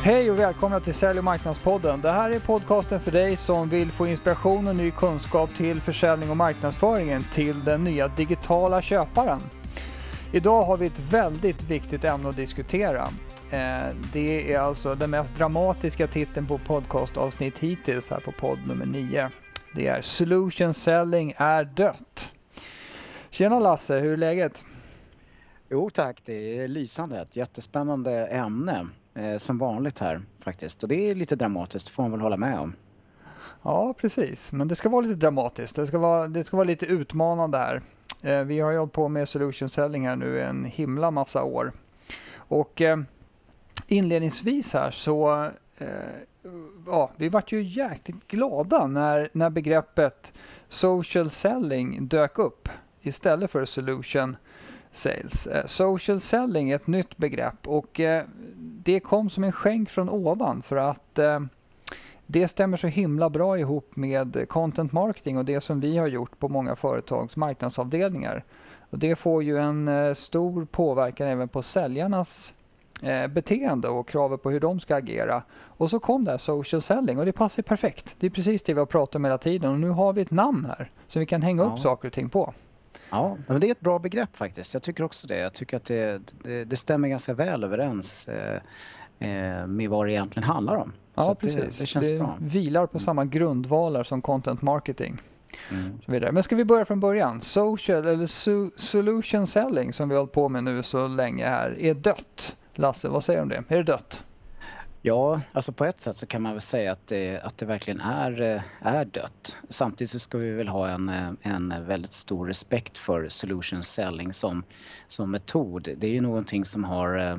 Hej och välkomna till Sälj- och marknadspodden. Det här är podcasten för dig som vill få inspiration och ny kunskap till försäljning och marknadsföringen till den nya digitala köparen. Idag har vi ett väldigt viktigt ämne att diskutera. Det är alltså den mest dramatiska titeln på podcastavsnitt hittills här på podd nummer 9. Det är Solution Selling är dött. Tjena Lasse, hur är läget? Jo tack, det är lysande. Ett jättespännande ämne som vanligt här faktiskt. Och det är lite dramatiskt, får man väl hålla med om. Ja, precis. Men det ska vara lite dramatiskt. Det ska vara lite utmanande här. Vi har jobbat på med solution selling här nu en himla massa år. Och inledningsvis här så vi vart ju jäkligt glada när begreppet social selling dök upp istället för solution sales. Social selling är ett nytt begrepp och det kom som en skänk från ovan för att det stämmer så himla bra ihop med content marketing och det som vi har gjort på många företags marknadsavdelningar. Och det får ju en stor påverkan även på säljarnas beteende och kravet på hur de ska agera. Och så kom det här social selling och det passar perfekt. Det är precis det vi har pratat om hela tiden och nu har vi ett namn här som vi kan hänga upp saker och ting på. Ja, men det är ett bra begrepp faktiskt. Jag tycker också det. Jag tycker att det stämmer ganska väl överens med vad det egentligen handlar om. Ja, så precis. Det känns bra. Vilar på samma grundvalar som content marketing. Så vidare. Men ska vi börja från början? Social eller solution selling som vi har hållit på med nu så länge här är dött. Lasse, vad säger du om det? Är det dött? Ja, alltså på ett sätt så kan man väl säga att det verkligen är dött. Samtidigt så ska vi väl ha en väldigt stor respekt för solution selling som metod. Det är ju någonting som har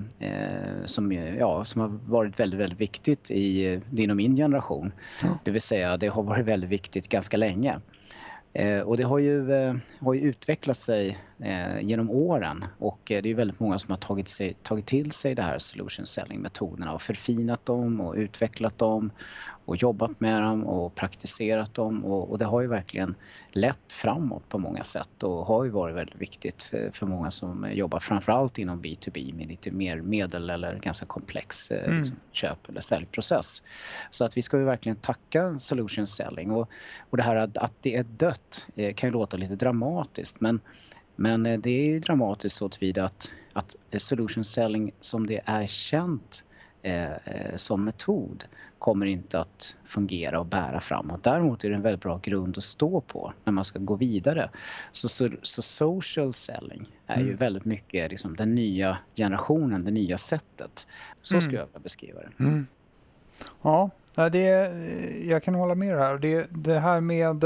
varit väldigt, väldigt viktigt inom min generation. Det vill säga det har varit väldigt viktigt ganska länge. Och det har ju utvecklat sig genom åren och det är väldigt många som har tagit till sig det här solution selling-metoderna och förfinat dem och utvecklat dem och jobbat med dem och praktiserat dem och det har ju verkligen lett framåt på många sätt och har ju varit väldigt viktigt för många som jobbar framförallt inom B2B med lite mer medel eller ganska komplex köp- eller säljprocess. Så att vi ska ju verkligen tacka solution selling och det här att det är dött kan ju låta lite dramatiskt men det är ju dramatiskt så tillvida att solution selling som det är känt som metod kommer inte att fungera och bära framåt. Däremot är det en väldigt bra grund att stå på när man ska gå vidare. Så social selling är ju väldigt mycket liksom den nya generationen, det nya sättet. Så skulle jag beskriva det. Ja, jag kan hålla med här. Det här med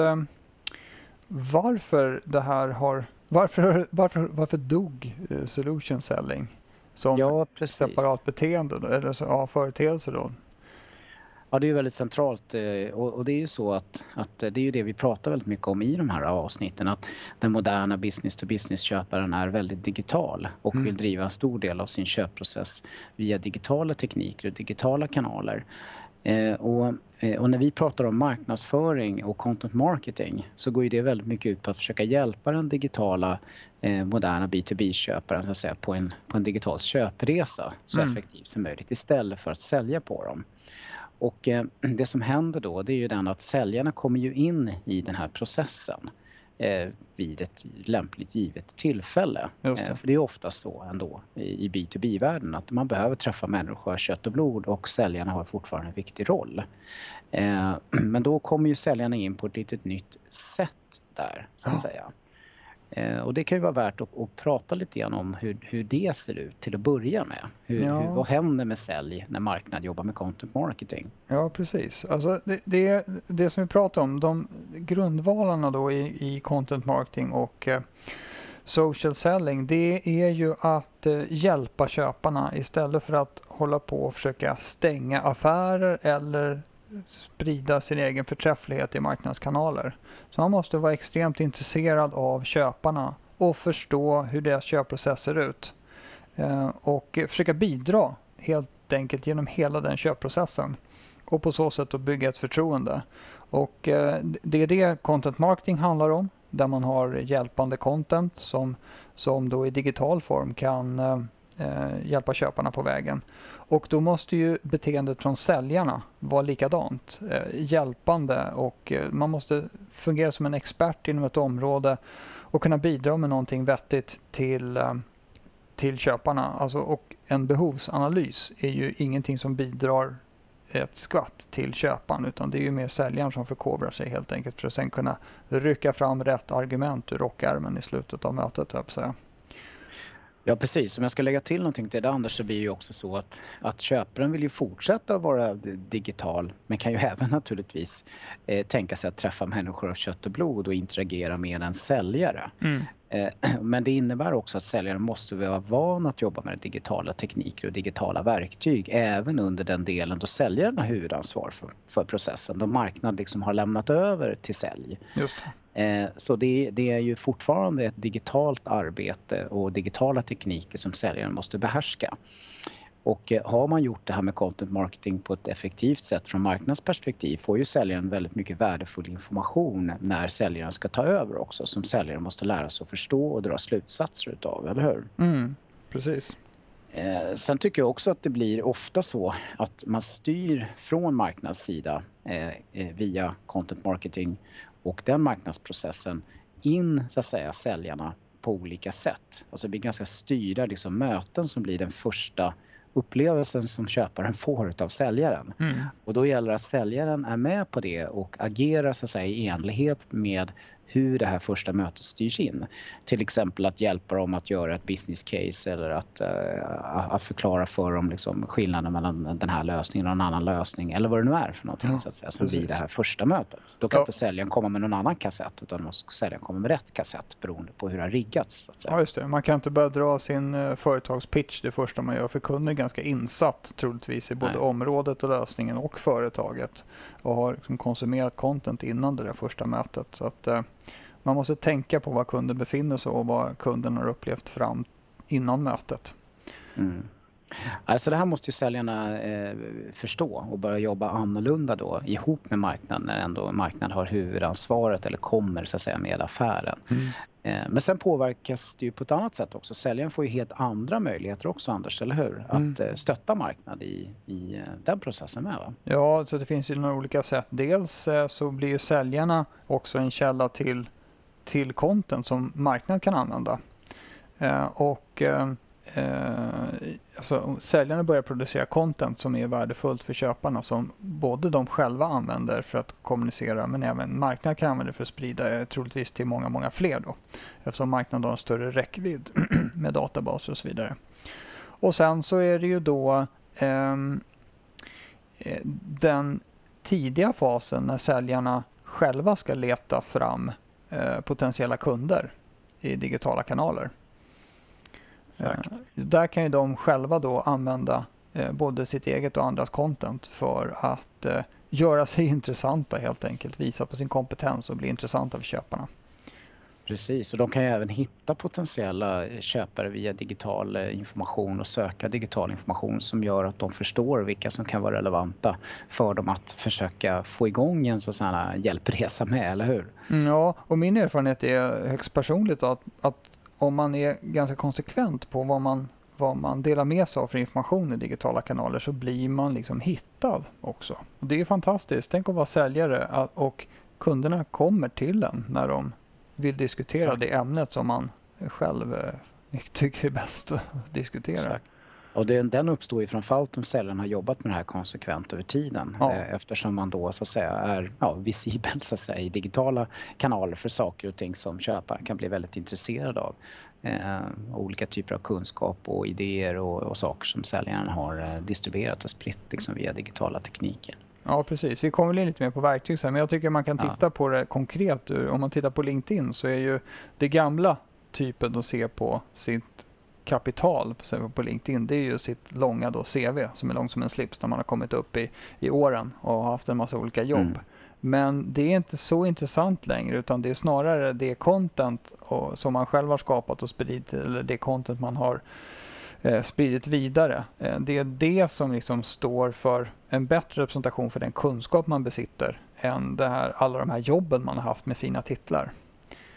varför det här har... Varför dog solution selling som separat beteende eller företeelse då? Ja, det är ju väldigt centralt och det är ju så att det är ju det vi pratar väldigt mycket om i de här avsnitten att den moderna business-to-business-köparen är väldigt digital och vill driva en stor del av sin köpprocess via digitala tekniker och digitala kanaler. Och när vi pratar om marknadsföring och content marketing så går ju det väldigt mycket ut på att försöka hjälpa den digitala moderna B2B-köparen så att säga, på en digital köpresa så effektivt som möjligt istället för att sälja på dem. Och det som händer då det är ju den att säljarna kommer ju in i den här processen vid ett lämpligt givet tillfälle. För det är ofta så ändå i B2B-världen att man behöver träffa människor, kött och blod och säljarna har fortfarande en viktig roll. Men då kommer ju säljarna in på ett litet nytt sätt där så att säga. Och det kan ju vara värt att prata lite grann om hur det ser ut till att börja med. Vad händer med sälj när marknad jobbar med content marketing? Ja, precis. Alltså det som vi pratar om, de grundvalarna då i content marketing och social selling, det är ju att hjälpa köparna istället för att hålla på och försöka stänga affärer eller sprida sin egen förträfflighet i marknadskanaler. Så man måste vara extremt intresserad av köparna och förstå hur deras köpprocess ser ut. Och försöka bidra helt enkelt genom hela den köpprocessen. Och på så sätt att bygga ett förtroende. Och det är det content marketing handlar om. Där man har hjälpande content som då i digital form kan hjälpa köparna på vägen. Och då måste ju beteendet från säljarna vara likadant, hjälpande, och man måste fungera som en expert inom ett område och kunna bidra med någonting vettigt till köparna. Alltså, och en behovsanalys är ju ingenting som bidrar ett skvatt till köparen, utan det är ju mer säljaren som förkovrar sig helt enkelt för att sen kunna rycka fram rätt argument ur rockärmen i slutet av mötet, jag säga. Ja, precis. Om jag ska lägga till någonting till det, Anders, så blir det ju också så att köparen vill ju fortsätta vara digital, men kan ju även naturligtvis tänka sig att träffa människor av kött och blod och interagera med en säljare. Men det innebär också att säljaren måste vara van att jobba med digitala tekniker och digitala verktyg även under den delen då säljaren har huvudansvar för processen. Då marknaden liksom har lämnat över till sälj. Just det. Så det är ju fortfarande ett digitalt arbete och digitala tekniker som säljaren måste behärska. Och har man gjort det här med content marketing på ett effektivt sätt från marknadsperspektiv får ju säljaren väldigt mycket värdefull information när säljaren ska ta över också, som säljaren måste lära sig att förstå och dra slutsatser utav, eller hur? Precis. Sen tycker jag också att det blir ofta så att man styr från marknadssida via content marketing och den marknadsprocessen in, så att säga, säljarna på olika sätt. Alltså det blir ganska styrda liksom, möten som blir den första upplevelsen som köparen får av säljaren. Och då gäller det att säljaren är med på det och agerar, så att säga, i enlighet med hur det här första mötet styrs in. Till exempel att hjälpa dem att göra ett business case eller att förklara för dem liksom skillnaden mellan den här lösningen och en annan lösning eller vad det nu är för någonting, så att säga, som blir det här första mötet. Då kan inte säljaren komma med någon annan kassett, utan måste säljaren komma med rätt kassett beroende på hur det har riggats, så att säga. Ja, just det. Man kan inte börja dra sin företagspitch det första man gör, för kunden är ganska insatt troligtvis i både området och lösningen och företaget och har liksom konsumerat content innan det där första mötet. Så att man måste tänka på var kunden befinner sig och vad kunden har upplevt fram innan mötet. Alltså det här måste ju säljarna förstå och börja jobba annorlunda då ihop med marknaden när ändå marknaden har huvudansvaret eller kommer, så att säga, med affären. Men sen påverkas det ju på ett annat sätt också. Säljaren får ju helt andra möjligheter också, Anders, eller hur? Att stötta marknad i den processen med, va? Ja, så det finns ju några olika sätt. Dels så blir ju säljarna också en källa till content som marknaden kan använda. Alltså, säljarna börjar producera content som är värdefullt för köparna, som både de själva använder för att kommunicera, men även marknaden kan använda för att sprida troligtvis till många, många fler då. Eftersom marknaden har en större räckvidd med databaser och så vidare. Och sen så är det ju då den tidiga fasen när säljarna själva ska leta fram potentiella kunder i digitala kanaler. Där kan ju de själva då använda både sitt eget och andras content för att göra sig intressanta, helt enkelt visa på sin kompetens och bli intressanta för köparna. Precis, och de kan ju även hitta potentiella köpare via digital information och söka digital information som gör att de förstår vilka som kan vara relevanta för dem att försöka få igång en sån här hjälpresa med, eller hur? Ja, och min erfarenhet är högst personligt att om man är ganska konsekvent på vad man delar med sig av för information i digitala kanaler, så blir man liksom hittad också. Och det är fantastiskt. Tänk att vara säljare och kunderna kommer till en när de vill diskutera det ämnet som man själv tycker är bäst att diskutera. Exakt. Och den uppstår ju framförallt om säljaren har jobbat med det här konsekvent över tiden. Eftersom man då, så att säga, är visibel, så att säga, i digitala kanaler för saker och ting som köparen kan bli väldigt intresserad av. Olika typer av kunskap och idéer och saker som säljaren har distribuerat och spritt liksom via digitala tekniker. Ja, precis. Vi kommer lite mer på verktyg sen, men jag tycker man kan titta på det konkret. Om man tittar på LinkedIn så är ju det gamla typen att se på sitt kapital på LinkedIn, det är ju sitt långa då CV som är långt som en slips när man har kommit upp i åren och har haft en massa olika jobb. Men det är inte så intressant längre, utan det är snarare det content som man själv har skapat och spridit, eller det content man har spridit vidare. Det är det som liksom står för en bättre representation för den kunskap man besitter än alla de här jobben man har haft med fina titlar.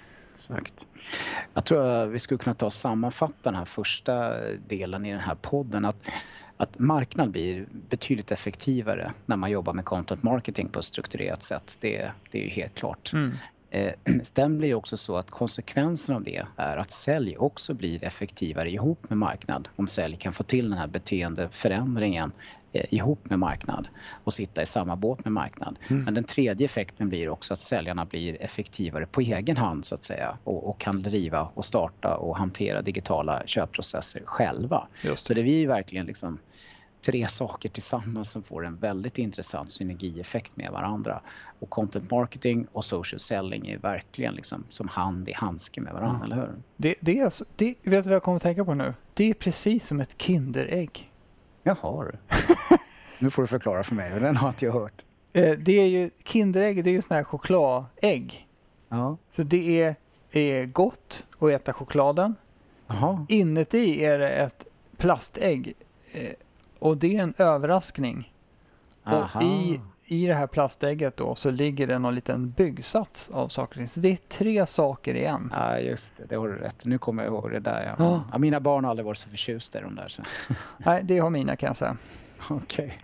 Exakt. Jag tror att vi skulle kunna ta och sammanfatta den här första delen i den här podden att marknad blir betydligt effektivare när man jobbar med content marketing på ett strukturerat sätt. Det är ju helt klart. Sen blir det också så att konsekvensen av det är att sälj också blir effektivare ihop med marknad. Om sälj kan få till den här beteendeförändringen ihop med marknad och sitta i samma båt med marknad. Men den tredje effekten blir också att säljarna blir effektivare på egen hand så att säga och kan driva och starta och hantera digitala köpprocesser själva. Så det blir verkligen liksom 3 saker tillsammans som får en väldigt intressant synergieffekt med varandra. Och content marketing och social selling är verkligen liksom som hand i handske med varandra, eller hur? Det vet du vad jag kommer att tänka på nu? Det är precis som ett Kinderägg. Jaha. Nu får du förklara för mig, den har inte jag hört. Det är ju Kinderägg, det är ju sån här chokladägg. Ja. Så det är gott att äta chokladen. Jaha. Inuti är det ett plastägg. Och det är en överraskning. Aha. Och i det här plastägget då så ligger det någon liten byggsats av saker. Så det är 3 saker i en. Ja, just det. Det har du rätt. Nu kommer jag ihåg det där. Ja. Ja, mina barn har aldrig varit så förtjusta i de där. Så. Nej, det har mina kan jag säga. Okej.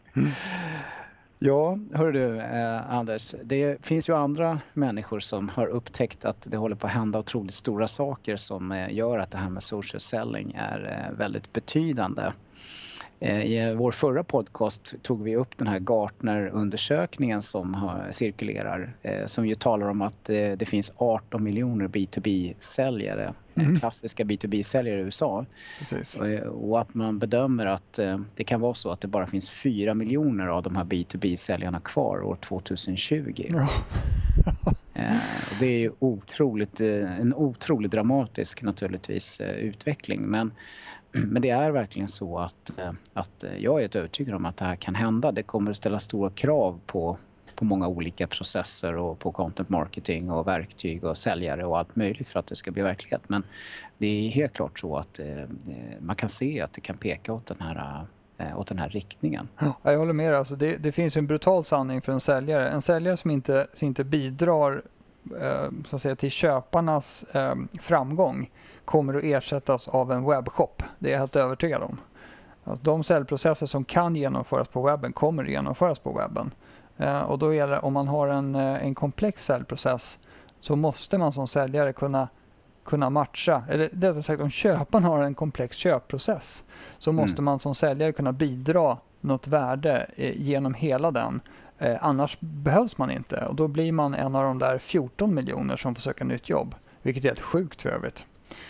Ja, hör du Anders. Det finns ju andra människor som har upptäckt att det håller på att hända otroligt stora saker som gör att det här med social selling är väldigt betydande. I vår förra podcast tog vi upp den här Gartner-undersökningen som cirkulerar. Som ju talar om att det finns 18 miljoner B2B-säljare. Klassiska B2B-säljare i USA. Precis. Och att man bedömer att det kan vara så att det bara finns 4 miljoner av de här B2B-säljarna kvar år 2020. Ja. Det är ju en otroligt dramatisk naturligtvis utveckling. Men det är verkligen så att jag är övertygad om att det här kan hända. Det kommer att ställa stora krav på många olika processer och på content marketing och verktyg och säljare och allt möjligt för att det ska bli verklighet. Men det är helt klart så att man kan se att det kan peka åt den här riktningen. Ja, jag håller med. Alltså det finns en brutal sanning för en säljare. En säljare som inte bidrar så att säga, till köparnas framgång kommer att ersättas av en webbshop. Det är jag helt övertygad om. Alltså, de säljprocesser som kan genomföras på webben kommer att genomföras på webben. Och då gäller om man har en komplex säljprocess så måste man som säljare kunna matcha. Eller rättare sagt, om köparen har en komplex köpprocess så måste man som säljare kunna bidra något värde genom hela den. Annars behövs man inte. Och då blir man en av de där 14 miljoner som försöker nytt jobb. Vilket är helt sjukt för övrigt.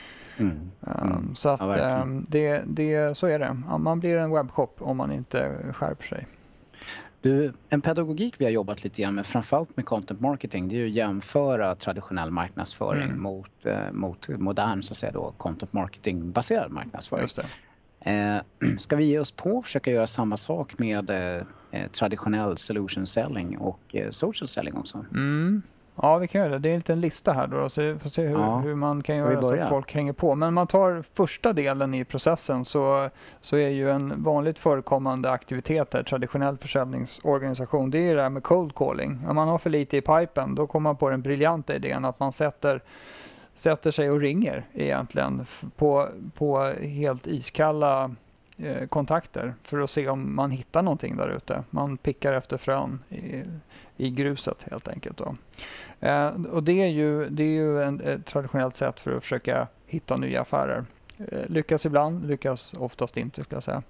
Så att så är det. Man blir en webbshop om man inte skärper sig. En pedagogik vi har jobbat lite grann med, framförallt med content marketing, det är ju att jämföra traditionell marknadsföring mot modern så att säga då, content marketing baserad marknadsföring. Just det. Ska vi ge oss på att försöka göra samma sak med traditionell solution selling och social selling också? Ja, vi kan göra det. Det är en liten lista här då. Så vi får se hur man kan göra så att folk hänger på. Men man tar första delen i processen så är ju en vanligt förekommande aktivitet här, traditionell försäljningsorganisation, det är det här med cold calling. Om man har för lite i pipen, då kommer man på den briljanta idén att man sätter sig och ringer egentligen på helt iskalla kontakter för att se om man hittar någonting där ute. Man pickar efter frön i gruset helt enkelt då. Och det är ju ett traditionellt sätt för att försöka hitta nya affärer. Lyckas ibland, lyckas oftast inte skulle jag säga.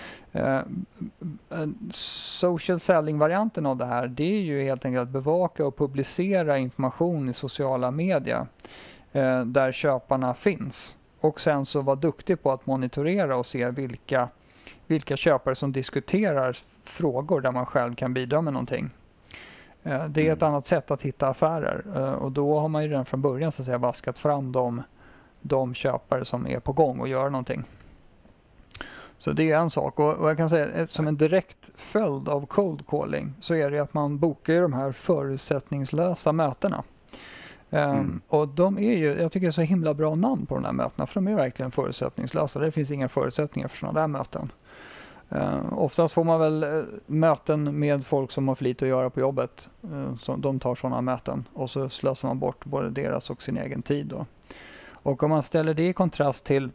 Social selling-varianten av det här, det är ju helt enkelt att bevaka och publicera information i sociala medier där köparna finns. Och sen så vara duktig på att monitorera och se vilka köpare som diskuterar frågor där man själv kan bidra med någonting. Det är ett annat sätt att hitta affärer och då har man ju redan från början så att säga vaskat fram de köpare som är på gång och gör någonting. Så det är en sak och jag kan säga som en direkt följd av cold calling så är det att man bokar de här förutsättningslösa mötena. Och de är ju, jag tycker det är så himla bra namn på de här mötena för de är verkligen förutsättningslösa. Det finns inga förutsättningar för sådana där möten. Oftast får man väl möten med folk som har för lite att göra på jobbet. Så de tar sådana möten och så slösar man bort både deras och sin egen tid då. Och om man ställer det i kontrast till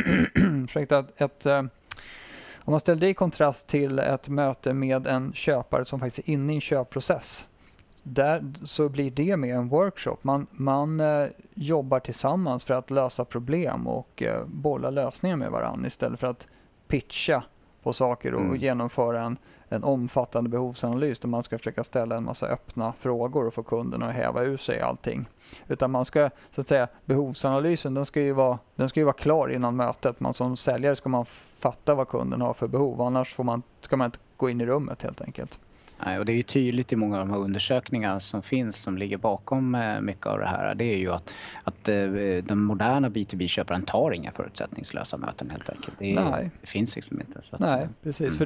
om man ställer det i kontrast till ett möte med en köpare som faktiskt är inne i en köpprocess. Där så blir det med en workshop. Man jobbar tillsammans för att lösa problem och bolla lösningar med varandra istället för att pitcha på saker och genomföra en omfattande behovsanalys där man ska försöka ställa en massa öppna frågor och få kunderna att häva ur sig allting. Utan man ska, så att säga, behovsanalysen den ska ju vara klar innan mötet. Man som säljare ska man fatta vad kunden har för behov, annars ska man inte gå in i rummet helt enkelt. Nej, och det är ju tydligt i många av de här undersökningarna som finns som ligger bakom mycket av det här. Det är ju att den moderna B2B-köparen tar inga förutsättningslösa möten helt enkelt. Det finns liksom inte. Så att, nej, precis. För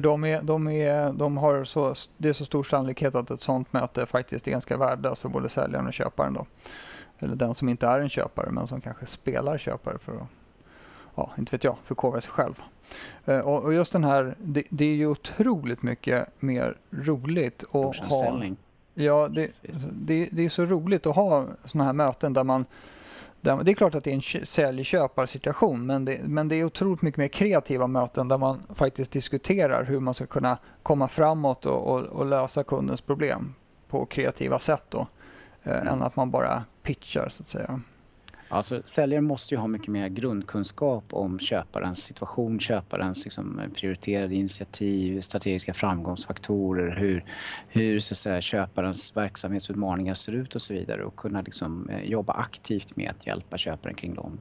det är så stor sannolikhet att ett sådant möte faktiskt är ganska värdelöst för både säljaren och köparen då. Eller den som inte är en köpare men som kanske spelar köpare för att, inte vet jag, förkovra sig själv. Och just den här, det är ju otroligt mycket mer roligt att ha. Ja, det är så roligt att ha såna här möten där det är klart att det är en sälj-köpar-situation men det är otroligt mycket mer kreativa möten där man faktiskt diskuterar hur man ska kunna komma framåt och lösa kundens problem på kreativa sätt då. Än att man bara pitchar så att säga. Alltså säljaren måste ju ha mycket mer grundkunskap om köparens situation, köparens liksom, prioriterade initiativ, strategiska framgångsfaktorer, hur så att säga, köparens verksamhetsutmaningar ser ut och så vidare och kunna liksom, jobba aktivt med att hjälpa köparen kring dem.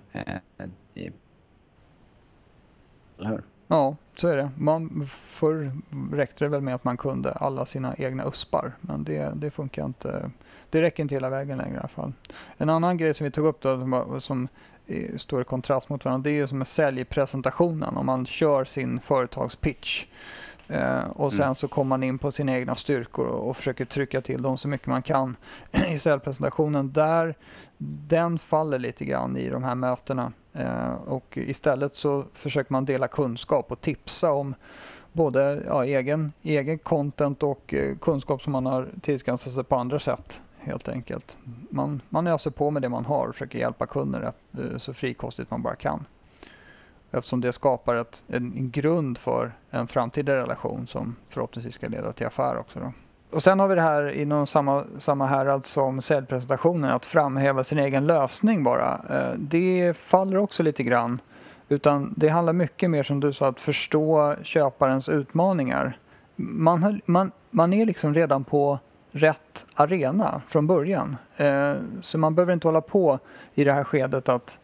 Eller hur? Ja, så är det. Förr räckte det väl med att man kunde alla sina egna uspar. Men det funkar inte. Det räcker inte hela vägen längre i alla fall. En annan grej som vi tog upp då, som står i kontrast mot varandra, det är ju som en säljpresentationen. Om man kör sin företagspitch. Och sen så kommer man in på sina egna styrkor och försöker trycka till dem så mycket man kan i säljpresentationen. Den faller lite grann i de här mötena. Och istället så försöker man dela kunskap och tipsa om både egen content och kunskap som man har tillskansat sig på andra sätt helt enkelt. Man öser på med det man har och försöker hjälpa kunder så frikostigt man bara kan. Eftersom det skapar en grund för en framtida relation som förhoppningsvis ska leda till affär också då. Och sen har vi det här inom samma härad som säljpresentationen, att framhäva sin egen lösning bara. Det faller också lite grann. Utan det handlar mycket mer som du sa att förstå köparens utmaningar. Man är liksom redan på rätt arena från början. Så man behöver inte hålla på i det här skedet att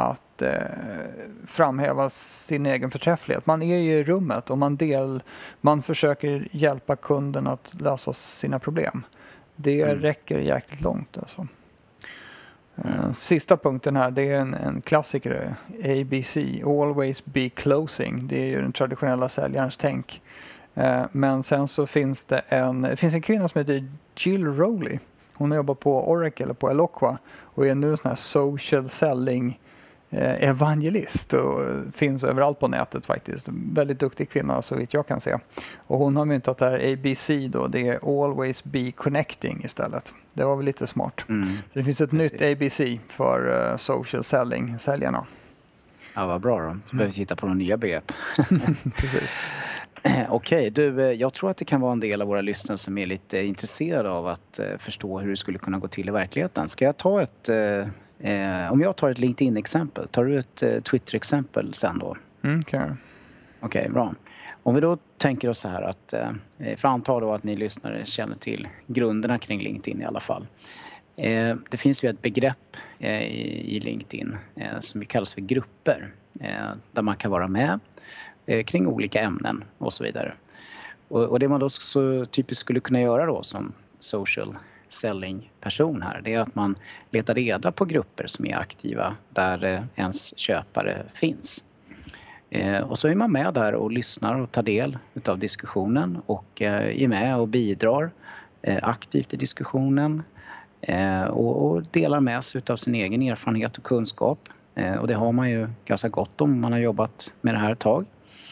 framhäva sin egen förträfflighet. Man är ju i rummet och man försöker hjälpa kunden att lösa sina problem. Det räcker jäkligt långt alltså. Sista punkten här, det är en klassiker, ABC, always be closing. Det är ju den traditionella säljarens tänk. Men sen så finns det en kvinna som heter Jill Rowley. Hon jobbar på Oracle eller på Eloqua och är nu en sån här social selling evangelist och finns överallt på nätet faktiskt. Väldigt duktig kvinna så vitt jag kan se. Och hon har myntat det här ABC då, det är always be connecting istället. Det var väl lite smart. Det finns ett nytt ABC för social selling, säljarna. Ja, vad bra då. Så behöver vi titta på några nya begrepp. Precis. Okej, jag tror att det kan vara en del av våra lyssnare som är lite intresserade av att förstå hur det skulle kunna gå till i verkligheten. Ska jag ta om jag tar ett LinkedIn-exempel, tar du ett Twitter-exempel sen då? Okej, bra. Om vi då tänker oss så här att, för anta då att ni lyssnare känner till grunderna kring LinkedIn i alla fall. Det finns ju ett begrepp i LinkedIn som kallas för grupper, där man kan vara med kring olika ämnen och så vidare. Och det man då så typiskt skulle kunna göra då som social selling-person här, det är att man letar reda på grupper som är aktiva där ens köpare finns. Och så är man med där och lyssnar och tar del av diskussionen och är med och bidrar aktivt i diskussionen och delar med sig av sin egen erfarenhet och kunskap. Och det har man ju ganska gott om man har jobbat med det här ett tag.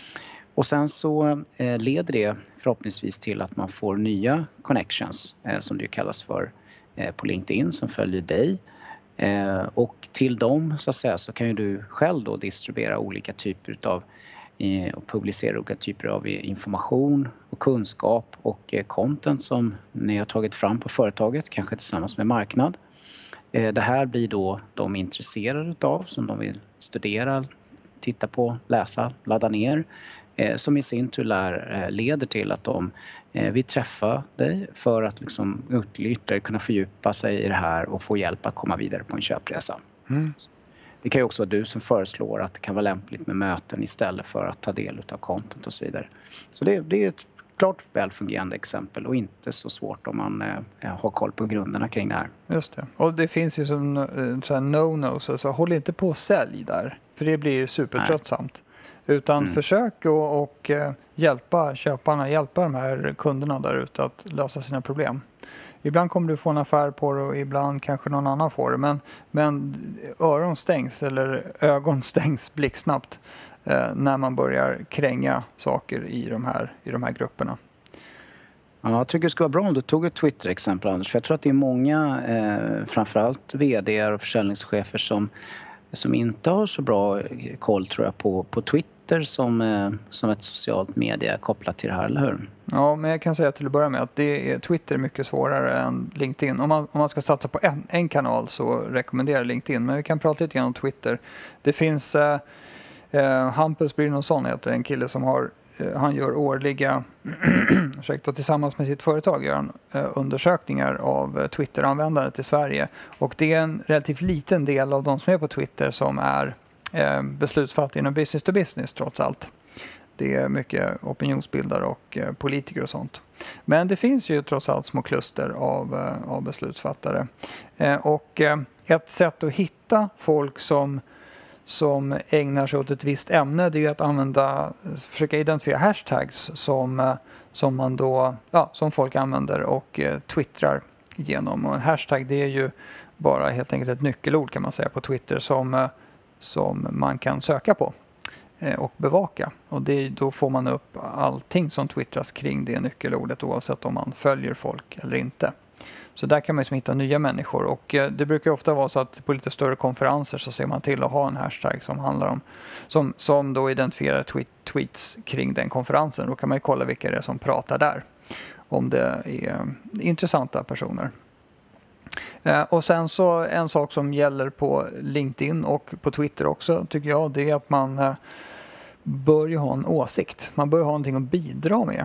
Och sen så leder det förhoppningsvis till att man får nya connections som det kallas för på LinkedIn som följer dig. Och till dem så att säga så kan ju du själv då distribuera olika typer av och publicera olika typer av information och kunskap och content som ni har tagit fram på företaget, kanske tillsammans med marknad. Det här blir då de intresserade av, som de vill studera, titta på, läsa, ladda ner. Som i sin tur leder till att de vill träffa dig för att liksom ytterligare kunna fördjupa sig i det här och få hjälp att komma vidare på en köpresa. Mm. Det kan ju också vara du som föreslår att det kan vara lämpligt med möten istället för att ta del av content och så vidare. Så det är ett klart välfungerande exempel och inte så svårt om man har koll på grunderna kring det här. Just det. Och det finns ju som no-nos, alltså håll inte på och sälj där, för det blir supertröttsamt. Utan försök och hjälpa köparna, hjälpa de här kunderna där ute att lösa sina problem. Ibland kommer du få en affär på det och ibland kanske någon annan får det. Men öron stängs eller ögon stängs blixtsnabbt när man börjar kränga saker i de här grupperna. Ja, jag tycker det skulle vara bra om du tog ett Twitter-exempel, Anders. För jag tror att det är många, framförallt vd och försäljningschefer som inte har så bra koll, tror jag, på Twitter som ett socialt media kopplat till det här, eller hur? Ja, men jag kan säga till att börja med att Twitter är mycket svårare än LinkedIn. Om man ska satsa på en kanal så rekommenderar LinkedIn. Men vi kan prata lite grann om Twitter. Det finns Hampus Brynolfsson, heter en kille som han gör årliga tillsammans med sitt företag gör han undersökningar av Twitter-användandet i Sverige. Och det är en relativt liten del av de som är på Twitter som är beslutsfattare inom business to business trots allt. Det är mycket opinionsbildare och politiker och sånt. Men det finns ju trots allt små kluster av beslutsfattare. Och ett sätt att hitta folk som ägnar sig åt ett visst ämne, det är ju att försöka identifiera hashtags som man då, som folk använder och twittrar igenom. Och en hashtag, det är ju bara helt enkelt ett nyckelord kan man säga på Twitter som man kan söka på och bevaka. Och då får man upp allting som twittras kring det nyckelordet oavsett om man följer folk eller inte. Så där kan man ju hitta nya människor och det brukar ofta vara så att på lite större konferenser så ser man till att ha en hashtag som handlar om som då identifierar tweets kring den konferensen. Då kan man ju kolla vilka det är som pratar där om det är intressanta personer. Och sen så en sak som gäller på LinkedIn och på Twitter också tycker jag, det är att man bör ju ha en åsikt. Man bör ha någonting att bidra med.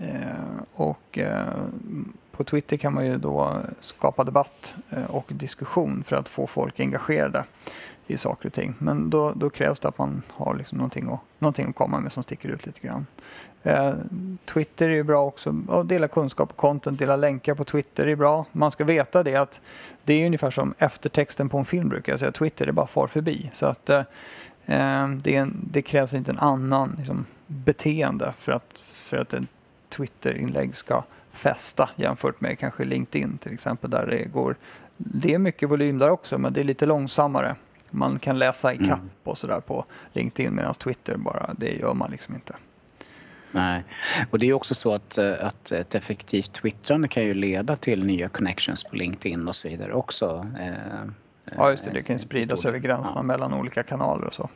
Och på Twitter kan man ju då skapa debatt och diskussion för att få folk engagerade i saker och ting. Men då krävs det att man har liksom någonting att komma med som sticker ut lite grann. Twitter är ju bra också. Att dela kunskap och content, dela länkar på Twitter är bra. Man ska veta det att det är ungefär som eftertexten på en film brukar jag säga. Twitter är bara far förbi. Så att det krävs inte en annan liksom, beteende för att en Twitter-inlägg ska fästa jämfört med kanske LinkedIn till exempel där det är mycket volym där också men det är lite långsammare. Man kan läsa i kapp och sådär på LinkedIn medan Twitter bara, det gör man liksom inte. Nej, och det är också så att ett effektivt twittrande kan ju leda till nya connections på LinkedIn och så vidare också. Ja just det kan spridas över gränserna mellan olika kanaler och så.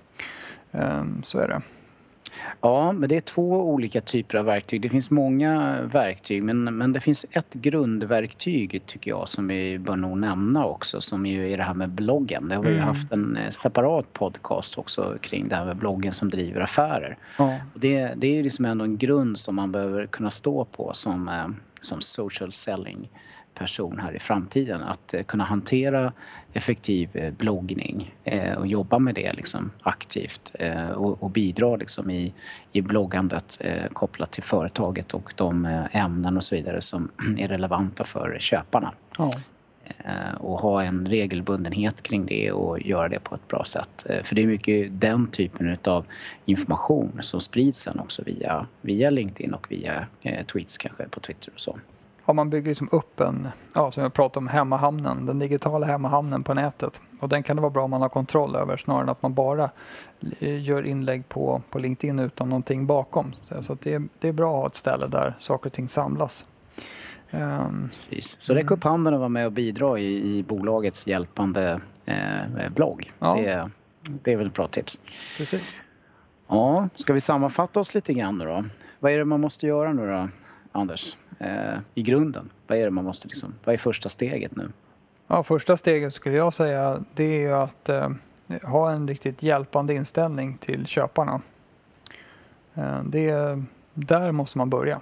Så är det. Ja, men det är 2 olika typer av verktyg. Det finns många verktyg men det finns ett grundverktyg tycker jag som vi bör nog nämna också som ju är det här med bloggen. Det har vi ju haft en separat podcast också kring det här med bloggen som driver affärer. Ja. Det är ju liksom ändå en grund som man behöver kunna stå på som social selling person här i framtiden, att kunna hantera effektiv bloggning och jobba med det liksom aktivt och bidra liksom i bloggandet kopplat till företaget och de ämnen och så vidare som är relevanta för köparna. Ja. Och ha en regelbundenhet kring det och göra det på ett bra sätt. För det är mycket den typen av information som sprids sen också via LinkedIn och via tweets kanske på Twitter och så. man bygger liksom upp som jag pratade om, hemmahamnen, den digitala hemmahamnen på nätet. Och den kan det vara bra om man har kontroll över, snarare än att man bara gör inlägg på LinkedIn utan någonting bakom. Så att det är bra att ha ett ställe där saker och ting samlas. Precis. Så räck upp handen och vara med och bidra i bolagets hjälpande blogg. Ja. Det är väl ett bra tips. Precis. Ja, ska vi sammanfatta oss lite grann då? Vad är det man måste göra nu då, Anders? I grunden, vad är det man måste vad är första steget nu? Ja, första steget skulle jag säga, det är ju att ha en riktigt hjälpande inställning till köparna. Där måste man börja.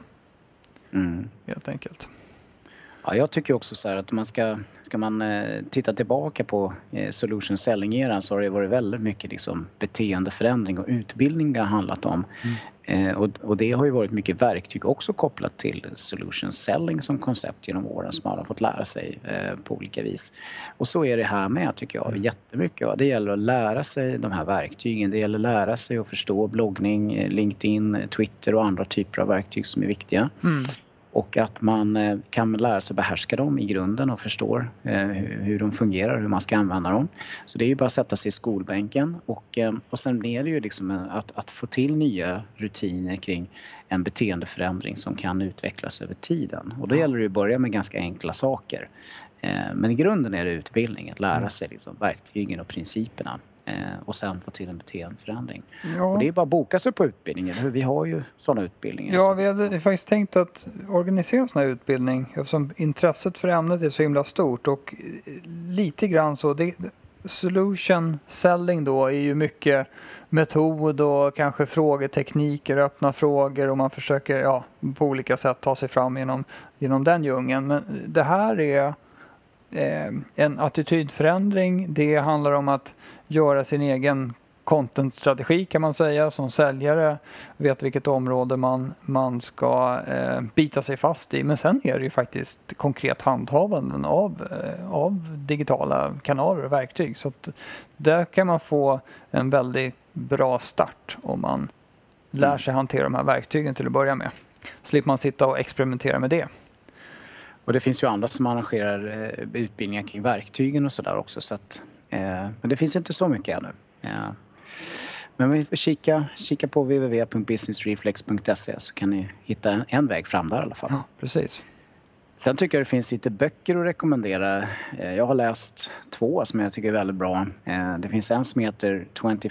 Helt enkelt. Ja, jag tycker också så här att man ska man titta tillbaka på solution selling-eran, så har det varit väldigt mycket beteendeförändring och utbildning det har handlat om. Och det har ju varit mycket verktyg också kopplat till solution selling som koncept genom åren som man har fått lära sig på olika vis. Och så är det här med, tycker jag, jättemycket. Det gäller att lära sig de här verktygen. Det gäller att lära sig att förstå bloggning, LinkedIn, Twitter och andra typer av verktyg som är viktiga. Och att man kan lära sig behärska dem i grunden och förstår hur de fungerar, hur man ska använda dem. Så det är ju bara att sätta sig i skolbänken. Och sen är det ju att få till nya rutiner kring en beteendeförändring som kan utvecklas över tiden. Och då gäller det att börja med ganska enkla saker. Men i grunden är det utbildning, att lära sig verktygen och principerna. Och sen få till en beteendeförändring. Ja. Och det är bara att boka sig på utbildningen. Vi har ju sådana utbildningar. Ja, vi hade faktiskt tänkt att organisera en sån här utbildning eftersom intresset för ämnet är så himla stort. Och lite grann så, solution selling då är ju mycket metod och kanske frågetekniker, öppna frågor, och man försöker på olika sätt ta sig fram genom den djungeln. Men det här är en attitydförändring. Det handlar om att göra sin egen content-strategi, kan man säga, som säljare, vet vilket område man ska bita sig fast i. Men sen är det ju faktiskt konkret handhavanden av digitala kanaler och verktyg. Så att där kan man få en väldigt bra start om man lär sig hantera de här verktygen till att börja med. Slipper man sitta och experimentera med det. Och det finns ju andra som arrangerar utbildningar kring verktygen och sådär också. Så att, men det finns inte så mycket ännu. Men vi får kika på www.businessreflex.se, så kan ni hitta en väg fram där i alla fall. Ja, precis. Sen tycker jag det finns lite böcker att rekommendera. Jag har läst 2 som jag tycker är väldigt bra. Det finns en som heter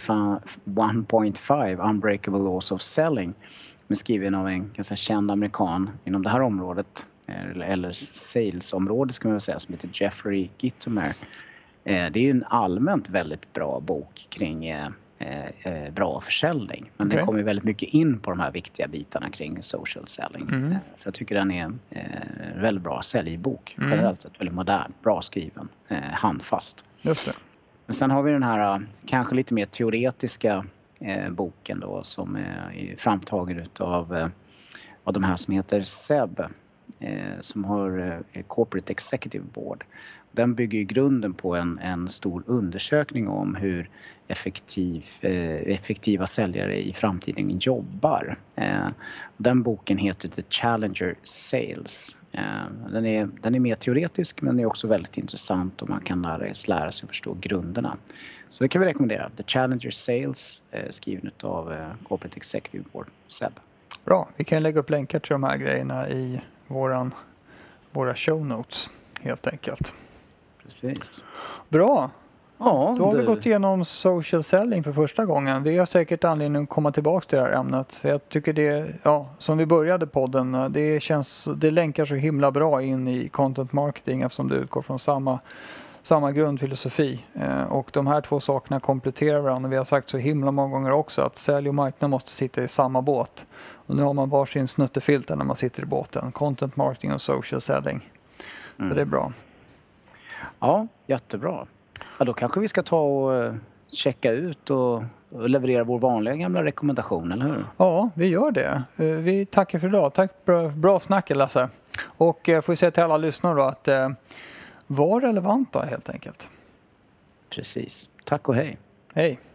21.5 Unbreakable Laws of Selling. Med skriven av en ganska känd amerikan inom det här området. Eller salesområde ska man väl säga, som heter Jeffrey Gitomer. Det är ju en allmänt väldigt bra bok kring bra försäljning. Men den kommer väldigt mycket in på de här viktiga bitarna kring social selling. Så jag tycker den är en väldigt bra säljbok. Generellt sett väldigt modern, bra skriven, handfast. Just det. Men sen har vi den här kanske lite mer teoretiska boken då, som är framtagen av de här som heter SEB. Som har Corporate Executive Board. Den bygger i grunden på en stor undersökning om hur effektiva säljare i framtiden jobbar. Den boken heter The Challenger Sales. Den är mer teoretisk, men den är också väldigt intressant och man kan lära sig förstå grunderna. Så det kan vi rekommendera. The Challenger Sales, skriven av Corporate Executive Board, SEB. Bra, vi kan lägga upp länkar till de här grejerna i våra show notes helt enkelt. Precis. Bra. Ja, då har vi gått igenom social selling för första gången. Vi har säkert anledning att komma tillbaka till det här ämnet. För jag tycker det, som vi började podden, det länkar så himla bra in i content marketing eftersom det utgår från samma grundfilosofi. Och de här 2 sakerna kompletterar varandra. Vi har sagt så himla många gånger också att sälj och marknad måste sitta i samma båt. Och nu har man varsin snuttefilter när man sitter i båten. Content marketing och social selling. Så det är bra. Ja, jättebra. Ja, då kanske vi ska ta och checka ut och leverera vår vanliga gamla rekommendation, eller hur? Ja, vi gör det. Vi tackar för idag. Tack, bra snack, Lasse. Och får vi säga till alla lyssnare då att var relevanta helt enkelt. Precis. Tack och hej. Hej.